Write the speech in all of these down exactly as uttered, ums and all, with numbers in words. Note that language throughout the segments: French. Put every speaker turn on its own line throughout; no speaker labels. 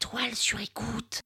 toile sur écoute.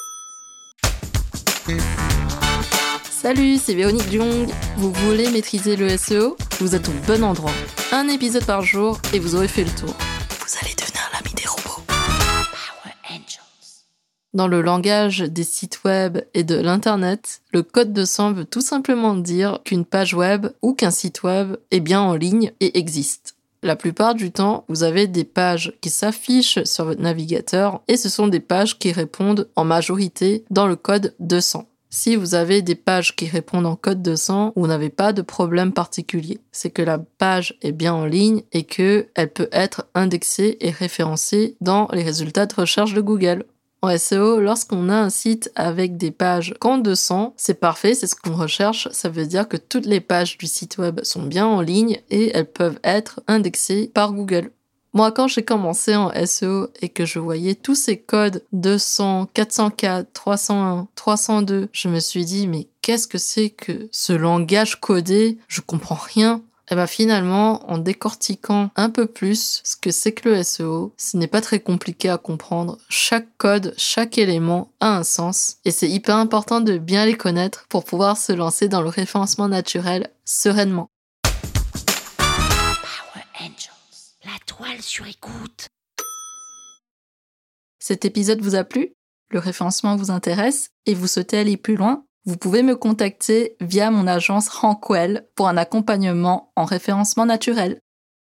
Salut, c'est Véronique Jung. Vous voulez maîtriser le S E O ? Vous êtes au bon endroit. Un épisode par jour et vous aurez fait le tour. Vous allez devenir l'ami des robots.
Power Angels.
Dans le langage des sites web et de l'internet, le code deux cents veut tout simplement dire qu'une page web ou qu'un site web est bien en ligne et existe. La plupart du temps, vous avez des pages qui s'affichent sur votre navigateur et ce sont des pages qui répondent en majorité dans le code deux cents. Si vous avez des pages qui répondent en code deux cents, vous n'avez pas de problème particulier. C'est que la page est bien en ligne et qu'elle peut être indexée et référencée dans les résultats de recherche de Google. En S E O, lorsqu'on a un site avec des pages qu'en deux cents, c'est parfait, c'est ce qu'on recherche. Ça veut dire que toutes les pages du site web sont bien en ligne et elles peuvent être indexées par Google. Moi, quand j'ai commencé en S E O et que je voyais tous ces codes deux cents, quatre cent quatre, trois cent un, trois cent deux, je me suis dit, mais qu'est-ce que c'est que ce langage codé ? Je comprends rien. Et bien finalement, en décortiquant un peu plus ce que c'est que le S E O, ce n'est pas très compliqué à comprendre. Chaque code, chaque élément a un sens et c'est hyper important de bien les connaître pour pouvoir se lancer dans le référencement naturel sereinement.
Power Angels. La toile sur écoute.
Cet épisode vous a plu ? Le référencement vous intéresse et vous souhaitez aller plus loin ? Vous pouvez me contacter via mon agence Rankwell pour un accompagnement en référencement naturel.